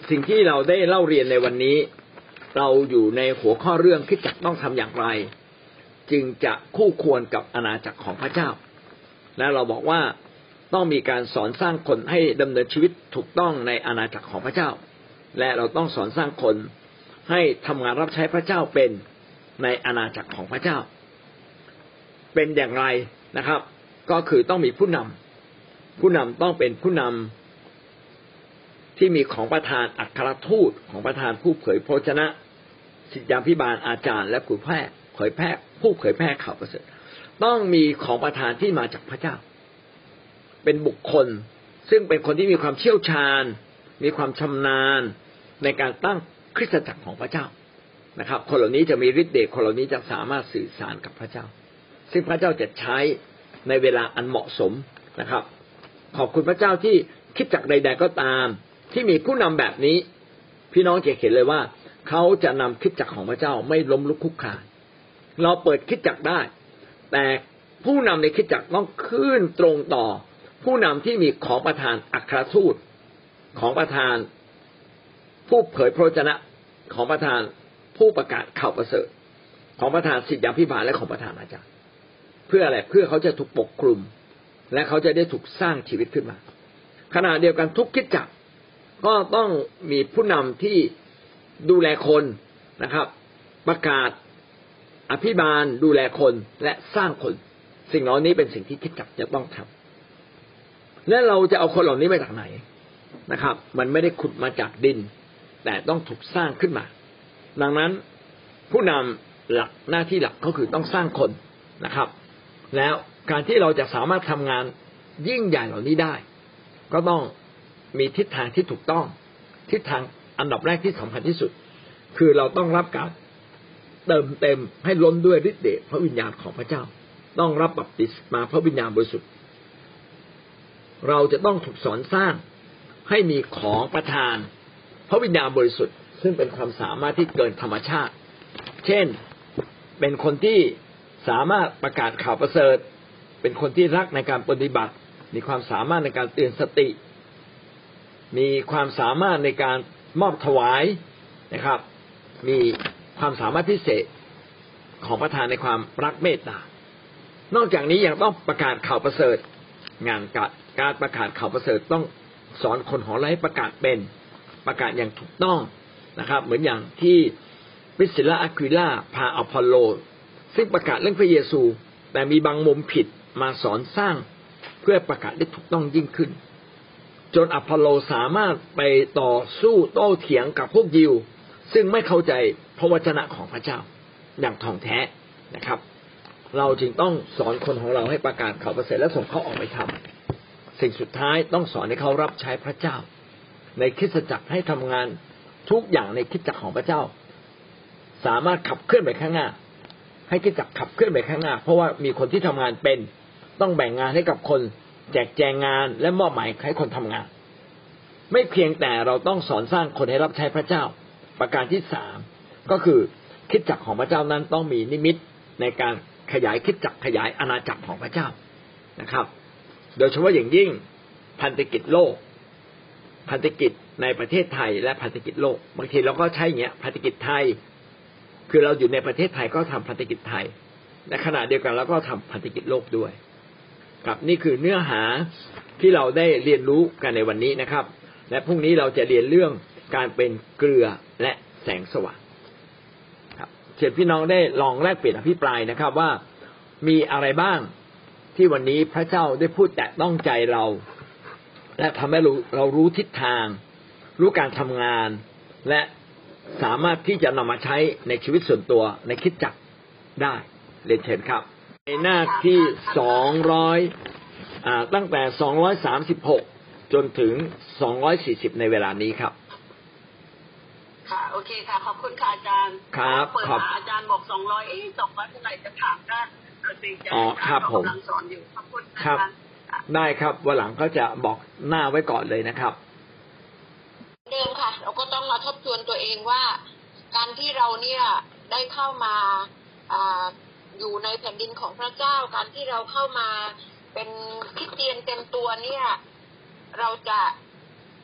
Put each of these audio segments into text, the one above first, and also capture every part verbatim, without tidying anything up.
สิ่งที่เราได้เล่าเรียนในวันนี้เราอยู่ในหัวข้อเรื่องคริสตจักรต้องทำอย่างไรจึงจะคู่ควรกับอาณาจักรของพระเจ้าและเราบอกว่าต้องมีการสอนสร้างคนให้ดำเนินชีวิตถูกต้องในอาณาจักรของพระเจ้าและเราต้องสอนสร้างคนให้ทำงานรับใช้พระเจ้าเป็นในอาณาจักรของพระเจ้าเป็นอย่างไรนะครับก็คือต้องมีผู้นำผู้นำต้องเป็นผู้นำที่มีของประธานอัครทูตของประธานผู้เผยพระวจนะศิษยาภิบาลอาจารย์และผู้แพร่เผยแพร่ผู้เผยแพร่ข่าวประเสริฐต้องมีของประธานที่มาจากพระเจ้าเป็นบุคคลซึ่งเป็นคนที่มีความเชี่ยวชาญมีความชำนาญในการตั้งคริสตจักรของพระเจ้านะครับคนเหล่านี้จะมีฤทธิ์เดชคนเหล่านี้จะสามารถสื่อสารกับพระเจ้าซึ่งพระเจ้าจะใช้ในเวลาอันเหมาะสมนะครับขอบคุณพระเจ้าที่คริสตจักรใดๆก็ตามที่มีผู้นำแบบนี้พี่น้องจะเห็นเลยว่าเขาจะนำคริสตจักรของพระเจ้าไม่ล้มลุกคลุกคลานเราเปิดคริสตจักรได้แต่ผู้นำในคริสตจักรต้องขึ้นตรงต่อผู้นำที่มีของประธานอัครทูตของประธานผู้เผยพระวจนะของประธานผู้ประกาศข่าวประเสริฐของประธานศิษยาภิบาลและของประธานอาจารย์เพื่ออะไรเพื่อเขาจะถูกปกคลุมและเขาจะได้ถูกสร้างชีวิตขึ้นมาขณะเดียวกันทุกคริสตจักรก็ต้องมีผู้นำที่ดูแลคนนะครับประกาศอภิบาลดูแลคนและสร้างคนสิ่งเหล่านี้เป็นสิ่งที่คริสตจักรจะต้องทำและเราจะเอาคนเหล่านี้มาจากไหนนะครับมันไม่ได้ขุดมาจากดินแต่ต้องถูกสร้างขึ้นมาดังนั้นผู้นำหลักหน้าที่หลักก็คือต้องสร้างคนนะครับแล้วการที่เราจะสามารถทำงานยิ่งใหญ่เหล่านี้ได้ก็ต้องมีทิศทางที่ถูกต้องทิศทางอันดับแรกที่สำคัญที่สุดคือเราต้องรับการเติมเต็มให้ล้นด้วยฤทธิ์เดชพระวิญญาณของพระเจ้าต้องรับบัพติศมาพระวิญญาณบริสุทธิ์เราจะต้องถูกสอนสร้างให้มีของประทานพระวิญญาณบริสุทธิ์ซึ่งเป็นความสามารถที่เกินธรรมชาติเช่นเป็นคนที่สามารถประกาศข่าวประเสริฐเป็นคนที่รักในการปฏิบัติมีความสามารถในการเตือนสติมีความสามารถในการมอบถวายนะครับมีความสามารถพิเศษของประทานในความรักเมตตานอกจากนี้ยังต้องประกาศข่าวประเสริฐงานการประกาศข่าวประเสริฐต้องสอนคนของเราให้ประกาศเป็นประกาศอย่างถูกต้องนะครับเหมือนอย่างที่ปริสซิลลาอะควิลาพาอพอลโลซึ่งประกาศเรื่องพระเยซูแต่มีบางมุมผิดมาสอนสร้างเพื่อประกาศได้ถูกต้องยิ่งขึ้นจนอพอลโลสามารถไปต่อสู้โต้เถียงกับพวกยิวซึ่งไม่เข้าใจพระวจนะของพระเจ้าอย่างท่องแท้นะครับเราจึงต้องสอนคนของเราให้ประกาศข่าวประเสริฐและส่งเขาออกไปทำสิ่งสุดท้ายต้องสอนให้เขารับใช้พระเจ้าในคริสตจักรให้ทำงานทุกอย่างในคริสตจักรของพระเจ้าสามารถขับเคลื่อนไปข้างหน้าให้คริสตจักรขับเคลื่อนไปข้างหน้าเพราะว่ามีคนที่ทำงานเป็นต้องแบ่งงานให้กับคนแจกแจงงานและมอบหมายให้คนทำงานไม่เพียงแต่เราต้องสอนสร้างคนให้รับใช้พระเจ้าประการที่สามก็คือคริสตจักรของพระเจ้านั้นต้องมีนิมิตในการขยายคริสตจักรขยายอาณาจักรของพระเจ้านะครับโดยเฉพาะอย่างยิ่งพันธกิจโลกพันธกิจในประเทศไทยและพันธกิจโลกบางทีเราก็ใช้อย่างเงี้ยพันธกิจไทยคือเราอยู่ในประเทศไทยก็ทำพันธกิจไทยในขณะเดียวกันเราก็ทำพันธกิจโลกด้วยครับนี่คือเนื้อหาที่เราได้เรียนรู้กันในวันนี้นะครับและพรุ่งนี้เราจะเรียนเรื่องการเป็นเกลือและแสงสว่างครับเชิญพี่น้องได้ลองแลกเปลี่ยนอภิปรายนะครับว่ามีอะไรบ้างที่วันนี้พระเจ้าได้พูดแตะต้องใจเราและทำให้เราเรารู้ทิศทางรู้การทำงานและสามารถที่จะนำมาใช้ในชีวิตส่วนตัวในคริสตจักรได้เรียนเชิญครับในหน้าที่สองร้อยอ่าตั้งแต่สองร้อยสามสิบหกจนถึงสองร้อยสี่สิบในเวลานี้ครับค่ะโอเคค่ะขอบคุณค่ะอาจารย์ครับเปิดมาอาจารย์บอกสองร้อยเอ๊ะสองร้อยเท่าไหร่จะถามได้อ๋อครับผมกำลังสอนอยู่ขอบคุณครับได้ครับวันหลังก็จะบอกหน้าไว้ก่อนเลยนะครับเดิมค่ะเราก็ต้องมาทบทวนตัวเองว่าการที่เราเนี่ยได้เข้ามาอ่าอยู่ในแผ่นดินของพระเจ้าการที่เราเข้ามาเป็นคริสเตียนเต็มตัวเนี่ยเราจะ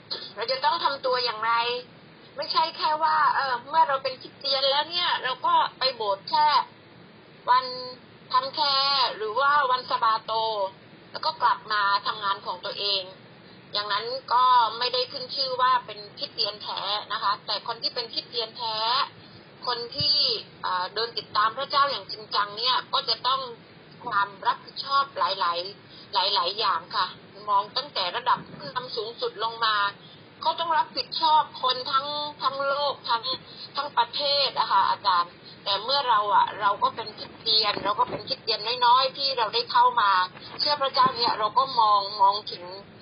เราจะต้องทำตัวอย่างไรไม่ใช่แค่ว่าเออเมื่อเราเป็นคริสเตียนแล้วเนี่ยเราก็ไปโบสถ์แค่วันทำแคร์หรือว่าวันสะบาโตแล้วก็กลับมาทำงานของตัวเองอย่างนั้นก็ไม่ได้ขึ้นชื่อว่าเป็นคริสเตียนแท้นะคะแต่คนที่เป็นคริสเตียนแท้คนที่เดินติดตามพระเจ้าอย่างจริงจังเนี่ยก็จะต้องความรับผิดชอบหลายๆหลายๆอย่างค่ะมองตั้งแต่ระดับผู้นำสูงสุดลงมาเขาต้องรับผิดชอบคนทั้งทั้งโลกทั้งทั้งประเทศนะคะอาจารย์แต่เมื่อเราอ่ะเราก็เป็นคริสเตียนเราก็เป็นคริสเตียนน้อยๆที่เราได้เข้ามาเชื่อพระเจ้าเนี่ยเราก็มองมองถึง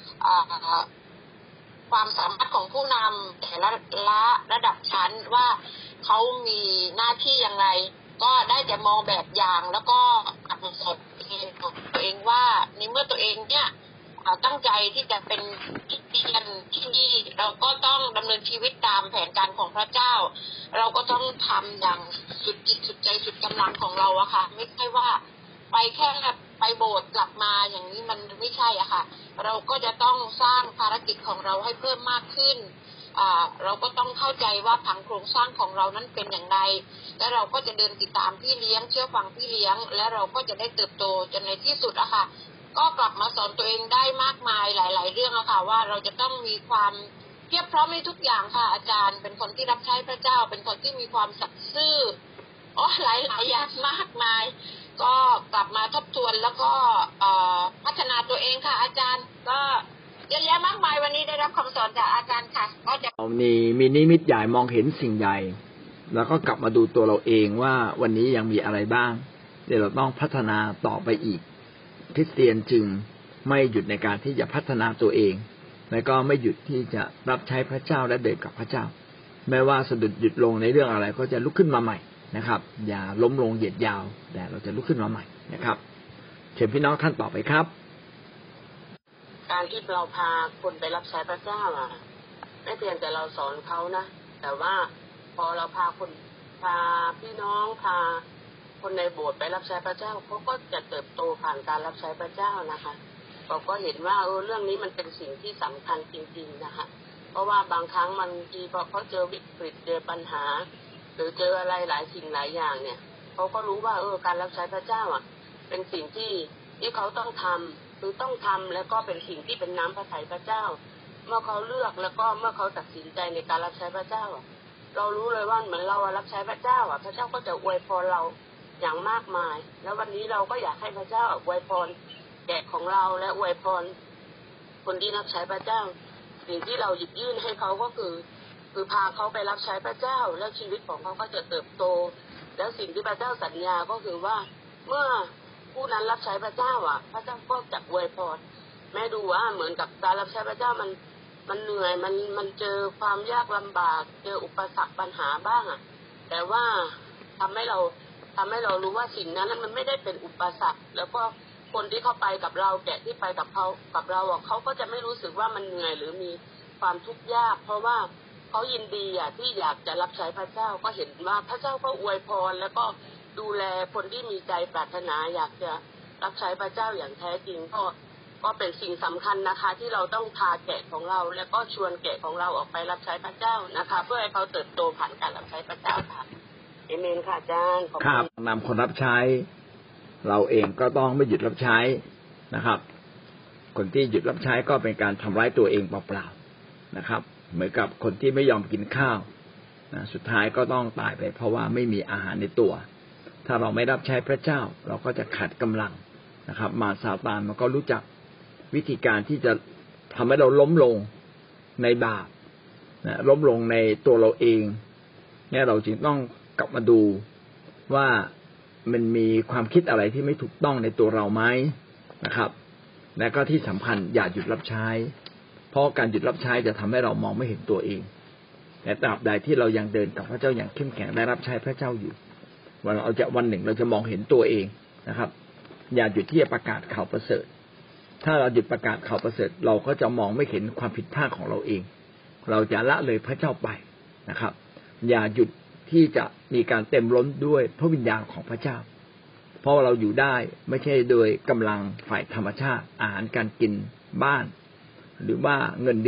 ความสามารถของผู้นำแต่ละละระดับชั้นว่าเขามีหน้าที่อย่างไรก็ได้แต่มองแบบอย่างแล้วก็กำหนดตัวเองว่าในเมื่อตัวเองเนี่ยตั้งใจที่จะเป็นคริสเตียนที่นี่เราก็ต้องดำเนินชีวิตตามแผนการของพระเจ้าเราก็ต้องทำอย่างสุดจิตสุดใจสุดกำลังของเราอะค่ะไม่ใช่ว่าไปแค่ไปโบสถ์กลับมาอย่างนี้มันไม่ใช่อะค่ะเราก็จะต้องสร้างภารกิจของเราให้เพิ่มมากขึ้นอ่าเราก็ต้องเข้าใจว่าผังโครงสร้างของเรานั้นเป็นอย่างไรและเราก็จะเดินติดตามพี่เลี้ยงเชื่อฟังพี่เลี้ยงและเราก็จะได้เติบโตจนในที่สุดอะค่ะก็กลับมาสอนตัวเองได้มากมายหลายๆเรื่องอะค่ะว่าเราจะต้องมีความเพียบพร้อมในทุกอย่างค่ะอาจารย์เป็นคนที่รับใช้พระเจ้าเป็นคนที่มีความสัตย์ซื่ออ๋อหลายๆอย่างมากมายก็กลับมาทบทวนแล้วก็พัฒนาตัวเองค่ะอาจารย์ก็เยอะแยะมากมายวันนี้ได้รับคำสอนจากอาจารย์ค่ะก็จะเรามีมีนิมิตใหญ่มองเห็นสิ่งใหญ่แล้วก็กลับมาดูตัวเราเองว่าวันนี้ยังมีอะไรบ้างเดี๋ยวเราต้องพัฒนาต่อไปอีกคริสเตียนจึงไม่หยุดในการที่จะพัฒนาตัวเองและก็ไม่หยุดที่จะรับใช้พระเจ้าและเดินกับพระเจ้าแม้ว่าสะดุดหยุดลงในเรื่องอะไรก็จะลุกขึ้นมาใหม่นะครับอย่าล้มลงเหยียดยาวแต่เราจะลุกขึ้นมาใหม่นะครับเชิญพี่น้องท่านต่อไปครับการที่เราพาคนไปรับใช้พระเจ้าอ่ะไม่เพียงแต่เราสอนเขานะแต่ว่าพอเราพาคนพาพี่น้องพาคนในโบสถ์ไปรับใช้พระเจ้าเขาก็จะเติบโตผ่านการรับใช้พระเจ้านะคะเราก็เห็นว่าเออเรื่องนี้มันเป็นสิ่งที่สำคัญจริงๆนะคะเพราะว่าบางครั้งมันทีพอเขาเจอวิกฤตเจอปัญหาหรือเจออะไรหลายสิ่งหลายอย่างเนี่ยเขาก็รู้ว่าเออการรับใช้พระเจ้าอ่ะเป็นสิ่งที่ที่เขาต้องทำคือต้องทำแล้วก็เป็นสิ่งที่เป็นน้ำพระทัยพระเจ้าเมื่อเขาเลือกแล้วก็เมื่อเขาตัดสินใจในการรับใช้พระเจ้าเรารู้เลยว่าเหมือนเรารับใช้พระเจ้าอ่ะพระเจ้าก็จะอวยพรเราอย่างมากมายแล้ววันนี้เราก็อยากให้พระเจ้าอวยพรแก่ของเราและอวยพรคนที่รับใช้พระเจ้าสิ่งที่เราหยิบยื่นให้เขาก็คือคือพาเขาไปรับใช้พระเจ้าแล้วชีวิตของเขาก็จะเติบโตแล้วสิ่งที่พระเจ้าสัญญาก็คือว่าเมื่อผู้นั้นรับใช้พระเจ้าอ่ะพระเจ้าก็จะอวยพรแม่ดูว่าเหมือนกับการรับใช้พระเจ้ามันมันเหนื่อยมันมันเจอความยากลำบากเจออุปสรรคปัญหาบ้างอ่ะแต่ว่าทำให้เราทำให้เรารู้ว่าสิ่งนั้นมันไม่ได้เป็นอุปสรรคแล้วก็คนที่เขาไปกับเราแกะที่ไปกับเขากับเราอ่ะเขาก็จะไม่รู้สึกว่ามันเหนื่อยหรือมีความทุกข์ยากเพราะว่าเขายินดีอ่ะที่อยากจะรับใช้พระเจ้าก็เห็นว่าพระเจ้าก็อวยพรแล้วก็ดูแลคนที่มีใจปรารถนาอยากจะรับใช้พระเจ้าอย่างแท้จริงก็ก็เป็นสิ่งสำคัญนะคะที่เราต้องพาแกะของเราแล้วก็ชวนแกะของเราออกไปรับใช้พระเจ้านะคะเพื่อให้เขาเติบโตผ่านการรับใช้พระเจ้าค่ะเอเมนค่ะอาจารย์ครับนำคนรับใช้เราเองก็ต้องไม่หยุดรับใช้นะครับคนที่หยุดรับใช้ก็เป็นการทำร้ายตัวเองเปล่าๆนะครับเหมือนกับคนที่ไม่ยอมกินข้าวนะสุดท้ายก็ต้องตายไปเพราะว่าไม่มีอาหารในตัวถ้าเราไม่รับใช้พระเจ้าเราก็จะขาดกำลังนะครับมารซาตานมันก็รู้จักวิธีการที่จะทำให้เราล้มลงในบาปนะล้มลงในตัวเราเองเนี่ยเราจึงต้องกลับมาดูว่ามันมีความคิดอะไรที่ไม่ถูกต้องในตัวเราไหมนะครับและก็ที่สำคัญอย่าหยุดรับใช้เพราะการหยุดรับใช้จะทำให้เรามองไม่เห็นตัวเองแต่ตราบใดที่เรายังเดินกับพระเจ้าอย่างเข้มแข็งได้รับใช้พระเจ้าอยู่วันเราจะวันหนึ่งเราจะมองเห็นตัวเองนะครับอย่าหยุดที่จะประกาศข่าวประเสริฐถ้าเราหยุดประกาศข่าวประเสริฐเราก็จะมองไม่เห็นความผิดพลาดของเราเองเราจะละเลยพระเจ้าไปนะครับอย่าหยุดที่จะมีการเต็มล้นด้วยพระวิญญาณของพระเจ้าเพราะเราอยู่ได้ไม่ใช่โดยกำลังฝ่ายธรรมชาติอาหารการกินบ้านหรือว่าเงินเดือน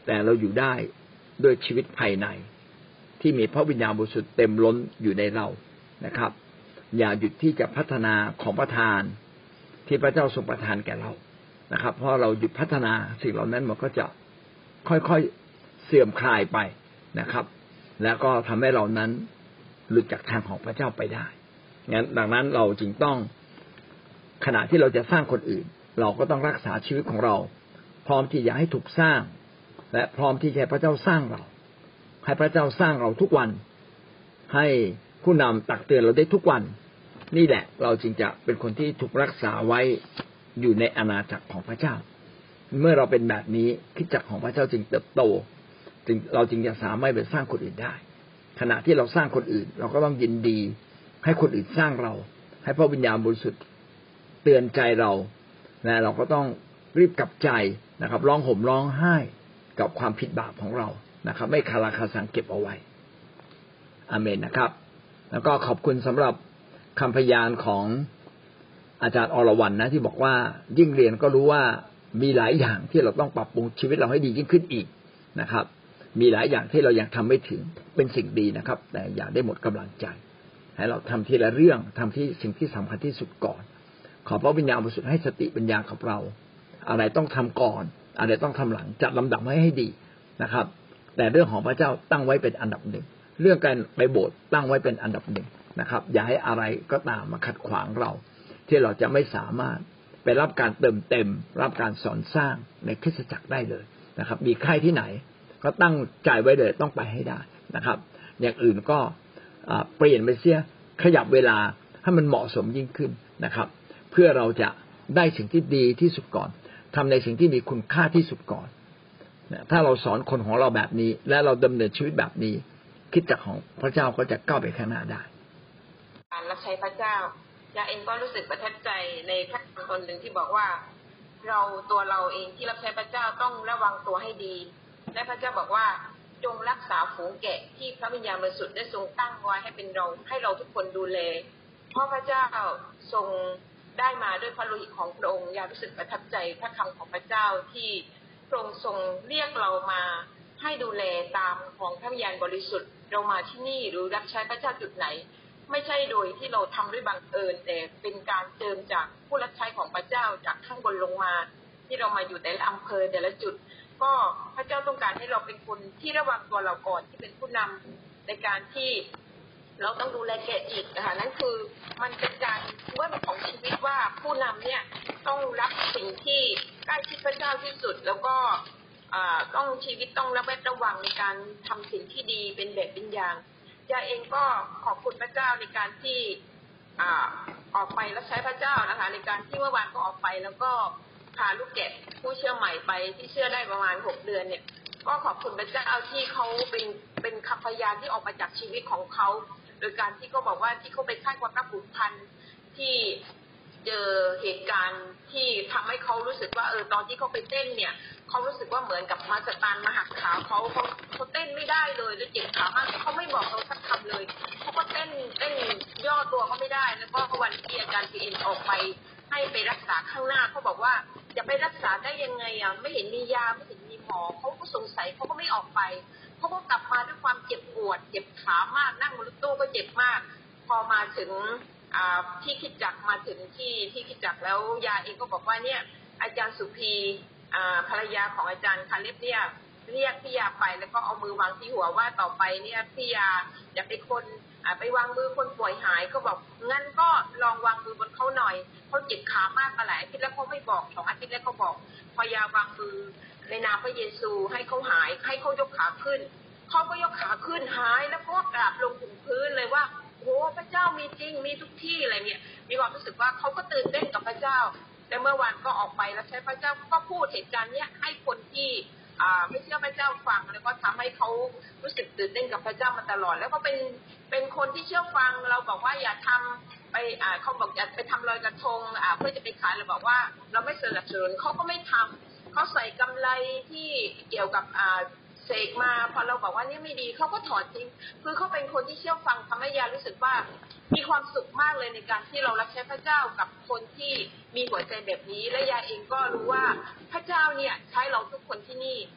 แต่เราอยู่ได้ด้วยชีวิตภายในที่มีพระวิญญาณบริสุทธิ์เต็มล้นอยู่ในเรานะครับอย่าหยุดที่จะพัฒนาของประทานที่พระเจ้าทรงประทานแก่เรานะครับเพราะเราหยุดพัฒนาสิ่งเหล่านั้นมันก็จะค่อยๆเสื่อมคลายไปนะครับแล้วก็ทำให้เรานั้นหลุดจากทางของพระเจ้าไปได้งั้นดังนั้นเราจึงต้องขณะที่เราจะสร้างคนอื่นเราก็ต้องรักษาชีวิตของเราพร้อมที่จะให้ถูกสร้างและพร้อมที่จะให้พระเจ้าสร้างเราให้พระเจ้าสร้างเราทุกวันให้ผู้นำตักเตือนเราได้ทุกวันนี่แหละเราจึงจะเป็นคนที่ถูกรักษาไว้อยู่ในอาณาจักรของพระเจ้าเมื่อเราเป็นแบบนี้คริสตจักรของพระเจ้าจึงเติบโตจึงเราจึงจะสามารถไปสร้างคนอื่นได้ขณะที่เราสร้างคนอื่นเราก็ต้องยินดีให้คนอื่นสร้างเราให้พระวิญญาณบริสุทธิ์เตือนใจเราและเราก็ต้องรีบกลับใจนะครับร้องห่มร้องไห้กับความผิดบาปของเรานะครับไม่คาราคาซังเก็บเอาไว้อาเมนนะครับแล้วก็ขอบคุณสำหรับคำพยานของอาจารย์อรวรรณนะที่บอกว่ายิ่งเรียนก็รู้ว่ามีหลายอย่างที่เราต้องปรับปรุงชีวิตเราให้ดียิ่งขึ้นอีกนะครับมีหลายอย่างที่เรายังทำไม่ถึงเป็นสิ่งดีนะครับแต่อย่าได้หมดกำลังใจให้เราทำทีละเรื่องทำที่สิ่งที่สำคัญที่สุดก่อนขอพระวิญญาณบริสุทธิ์ให้สติปัญญากับเราอะไรต้องทำก่อนอะไรต้องทำหลังจัดลำดับให้ให้ดีนะครับแต่เรื่องของพระเจ้าตั้งไว้เป็นอันดับหนึ่งเรื่องการไปโบสถ์ตั้งไว้เป็นอันดับหนึ่งนะครับอย่าให้อะไรก็ตามมาขัดขวางเราที่เราจะไม่สามารถไปรับการเติมเต็มรับการสอนสร้างในคริสตจักรได้เลยนะครับมีใครที่ไหนก็ตั้งใจไว้เลยต้องไปให้ได้นะครับอย่างอื่นก็เปลี่ยนไปเสียขยับเวลาให้มันเหมาะสมยิ่งขึ้นนะครับเพื่อเราจะได้สิ่งที่ดีที่สุดก่อนทำในสิ่งที่มีคุณค่าที่สุดก่อนถ้าเราสอนคนของเราแบบนี้และเราดำเนินชีวิตแบบนี้คริสตจักรของพระเจ้าก็จะก้าวไปข้างหน้าได้การรับใช้พระเจ้ายาเองก็รู้สึกประทับใจในพระคนหนึ่งที่บอกว่าเราตัวเราเองที่รับใช้พระเจ้าต้องระวังตัวให้ดีและพระเจ้าบอกว่าจงรักษาฝูงแกะที่พระวิญญาณบริสุทธิ์ได้ทรงตั้งไว้ให้เป็นเราให้เราทุกคนดูแลเพราะพระเจ้าทรงได้มาด้วยพระโลหิตของพระองค์ยารู้สึกประทับใจพระคำของพระเจ้าที่พระองค์ทรงเรียกเรามาให้ดูแลตามของพระวิญญาณบริสุทธิ์เรามาที่นี่หรือรับใช้พระเจ้าจุดไหนไม่ใช่โดยที่เราทำด้วยบังเอิญแต่เป็นการเจิมจากผู้รับใช้ของพระเจ้าจากข้างบนลงมาที่เรามาอยู่แต่ละอำเภอแต่ละจุดก็พระเจ้าต้องการให้เราเป็นคนที่ระวังตัวเราก่อนที่เป็นผู้นำในการที่เราต้องดูแลแกะอีกนะคะนั่นคือมันเป็นการว่าเป็นของชีวิตว่าผู้นำเนี่ยต้องรับสิ่งที่ใกล้ชิดพระเจ้าที่สุดแล้วก็ต้องชีวิตต้องระแวดระวังในการทำสิ่งที่ดีเป็นแบบเป็นอย่างยาเองก็ขอบคุณพระเจ้าในการที่ออกไปรับใช้พระเจ้านะคะในการที่เมื่อวานก็ออกไปแล้วก็พาลูกแกะผู้เชื่อใหม่ไปที่เชื่อได้ประมาณหกเดือนเนี่ยก็ขอบคุณพระเจ้าที่เขาเป็นเป็นคำพยานที่ออกมาจากชีวิตของเขาโดยการที่เขาบอกว่าที่เขาไปค่ายความรักผูกพันที่เจอเหตุการณ์ที่ทำให้เขารู้สึกว่าเออตอนที่เขาไปเต้นเนี่ยเขารู้สึกว่าเหมือนกับมาสตานมาหักขาเขาเขาเขาเต้นไม่ได้เลยแล้วเจ็บขามากเขาไม่บอกเราสักคำเลยเขาก็เต้นเต้นย่อตัวก็ไม่ได้แล้วก็วันที่อาจารย์พีเอ็นออกไปให้ไปรักษาข้างหน้าเขาบอกว่าจะไปรักษาได้ยังไงอ่ะไม่เห็นมียาไม่เห็นมีหมอเขาก็สงสัยเขาก็ไม่ออกไปเขาก็กลับมาด้วยความเจ็บปวดเจ็บขามากนั่งบนรถตู้ก็เจ็บมากพอมาถึงที่คริสตจักรมาถึงที่ที่คริสตจักรแล้วยาเองก็บอกว่าเนี่ยอาจารย์สุพีภรรยาของอาจารย์คาเล็บเนี่ยเรียกพี่ยาไปแล้วก็เอามือวางที่หัวว่าต่อไปเนี่ยพี่ยาอย่าไปคนไปวางมือคนป่วยหายก็บอกงั้นก็ลองวางมือบนเขาหน่อยเขาเจ็บขามากมาหลายอาทิตย์แล้วเขาไม่บอกสองอาทิตย์แล้วเขาบอกพอยาวางมือในนามพระเยซูให้เขาหายให้เขายกขาขึ้นเขาก็ยกขาขึ้นหายแล้วก็กราบลงถึงพื้นเลยว่าโอ้พระเจ้ามีจริงมีทุกที่อะไรเนี่ยมีความรู้สึกว่าเขาก็ตื่นเต้นกับพระเจ้าและเมื่อวานก็ออกไปแล้วใช้พระเจ้าก็พูดเหตุการณ์เนี้ยให้คนที่ไม่เชื่อพระเจ้าฟังแล้วก็ทำให้เขารู้สึกตื่นเต้นกับพระเจ้ามาตลอดแล้วก็เป็นเป็นคนที่เชื่อฟังเราบอกว่าอย่าทำไปเขาบอกอย่าไปทำลอยกระทงเพื่อจะไปขายเราบอกว่าเราไม่สนับสนุนเขาก็ไม่ทำเขาใส่กำไรที่เกี่ยวกับเสกมาพอเราบอกว่านี่ไม่ดีเขาก็ถอดทิ้งคือเขาเป็นคนที่เชื่อฟังทำให้ยารู้สึกว่ามีความสุขมากเลยในการที่เรารับใช้พระเจ้ากับคนที่มีหัวใจแบบนี้และยาเองก็รู้ว่าพระเจ้าเนี่ยใช้เราทุกคนที่นี่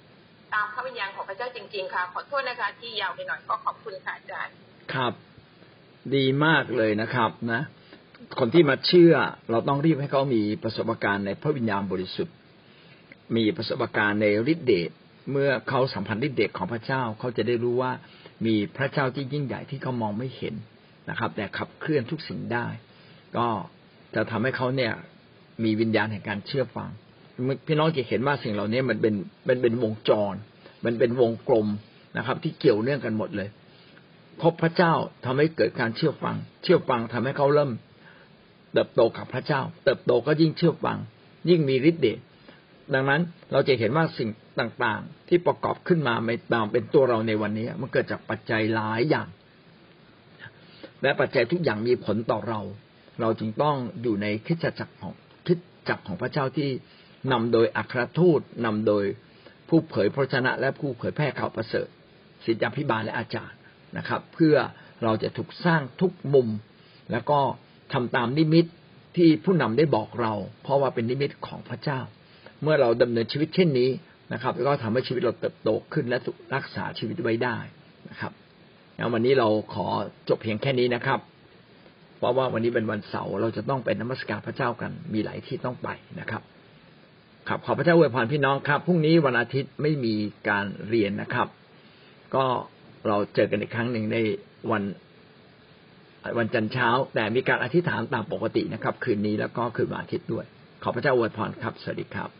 ตามพระวิญญาณของพระเจ้าจริงๆค่ะขอโทษนะคะที่ยาวไปหน่อยก็ขอบคุณค่ะอาจารย์ครับดีมากเลยนะครับนะคนที่มาเชื่อเราต้องรีบให้เขามีประสบการณ์ในพระวิญญาณบริสุทธิ์มีประสบการณ์ในฤทธิเดชเมื่อเขาสัมพันธ์ฤทธิเดชของพระเจ้าเขาจะได้รู้ว่ามีพระเจ้าที่ยิ่งใหญ่ที่เขามองไม่เห็นนะครับแต่ขับเคลื่อนทุกสิ่งได้ก็จะทำให้เขาเนี่ยมีวิญญาณแห่งการเชื่อฟังพี่น้องจะเห็นว่าสิ่งเหล่านี้มันเป็นเป็นเป็นวงจรมันเป็นวงกลมนะครับที่เกี่ยวเนื่องกันหมดเลยพบพระเจ้าทำให้เกิดการเชื่อฟังเชื่อฟังทำให้เขาเริ่มเติบโตกับพระเจ้าเติบโตก็ยิ่งเชื่อฟังยิ่งมีฤทธิ์เดชดังนั้นเราจะเห็นว่าสิ่งต่างๆที่ประกอบขึ้นมาในตามเป็นตัวเราในวันนี้มันเกิดจากปัจจัยหลายอย่างและปัจจัยทุกอย่างมีผลต่อเราเราจึงต้องอยู่ในคริสตจักรของคริสตจักรของพระเจ้าที่นำโดยอัครทูตนำโดยผู้เผยพระวจนะและผู้เผยแพร่ข่าวประเสริฐศิษยาภิบาลและอาจารย์นะครับเพื่อเราจะถูกสร้างทุกมุมแล้วก็ทำตามนิมิตที่ผู้นำได้บอกเราเพราะว่าเป็นนิมิตของพระเจ้าเมื่อเราดำเนินชีวิตเช่นนี้นะครับก็ทำให้ชีวิตเราเติบโตขึ้นและรักษาชีวิตไว้ได้นะครับแล้ววันนี้เราขอจบเพียงแค่นี้นะครับเพราะว่าวันนี้เป็นวันเสาร์เราจะต้องไปนมัสการพระเจ้ากันมีหลายที่ต้องไปนะครับครับขอพระเจ้าอวยพรพี่น้องครับพรุ่งนี้วันอาทิตย์ไม่มีการเรียนนะครับก็เราเจอกันอีกครั้งหนึ่งในวันวันจันทร์เช้าแต่มีการอธิษฐานตามปกตินะครับคืนนี้แล้วก็คืนวันอาทิตย์ด้วยขอพระเจ้าอวยพรครับสวัสดีครับ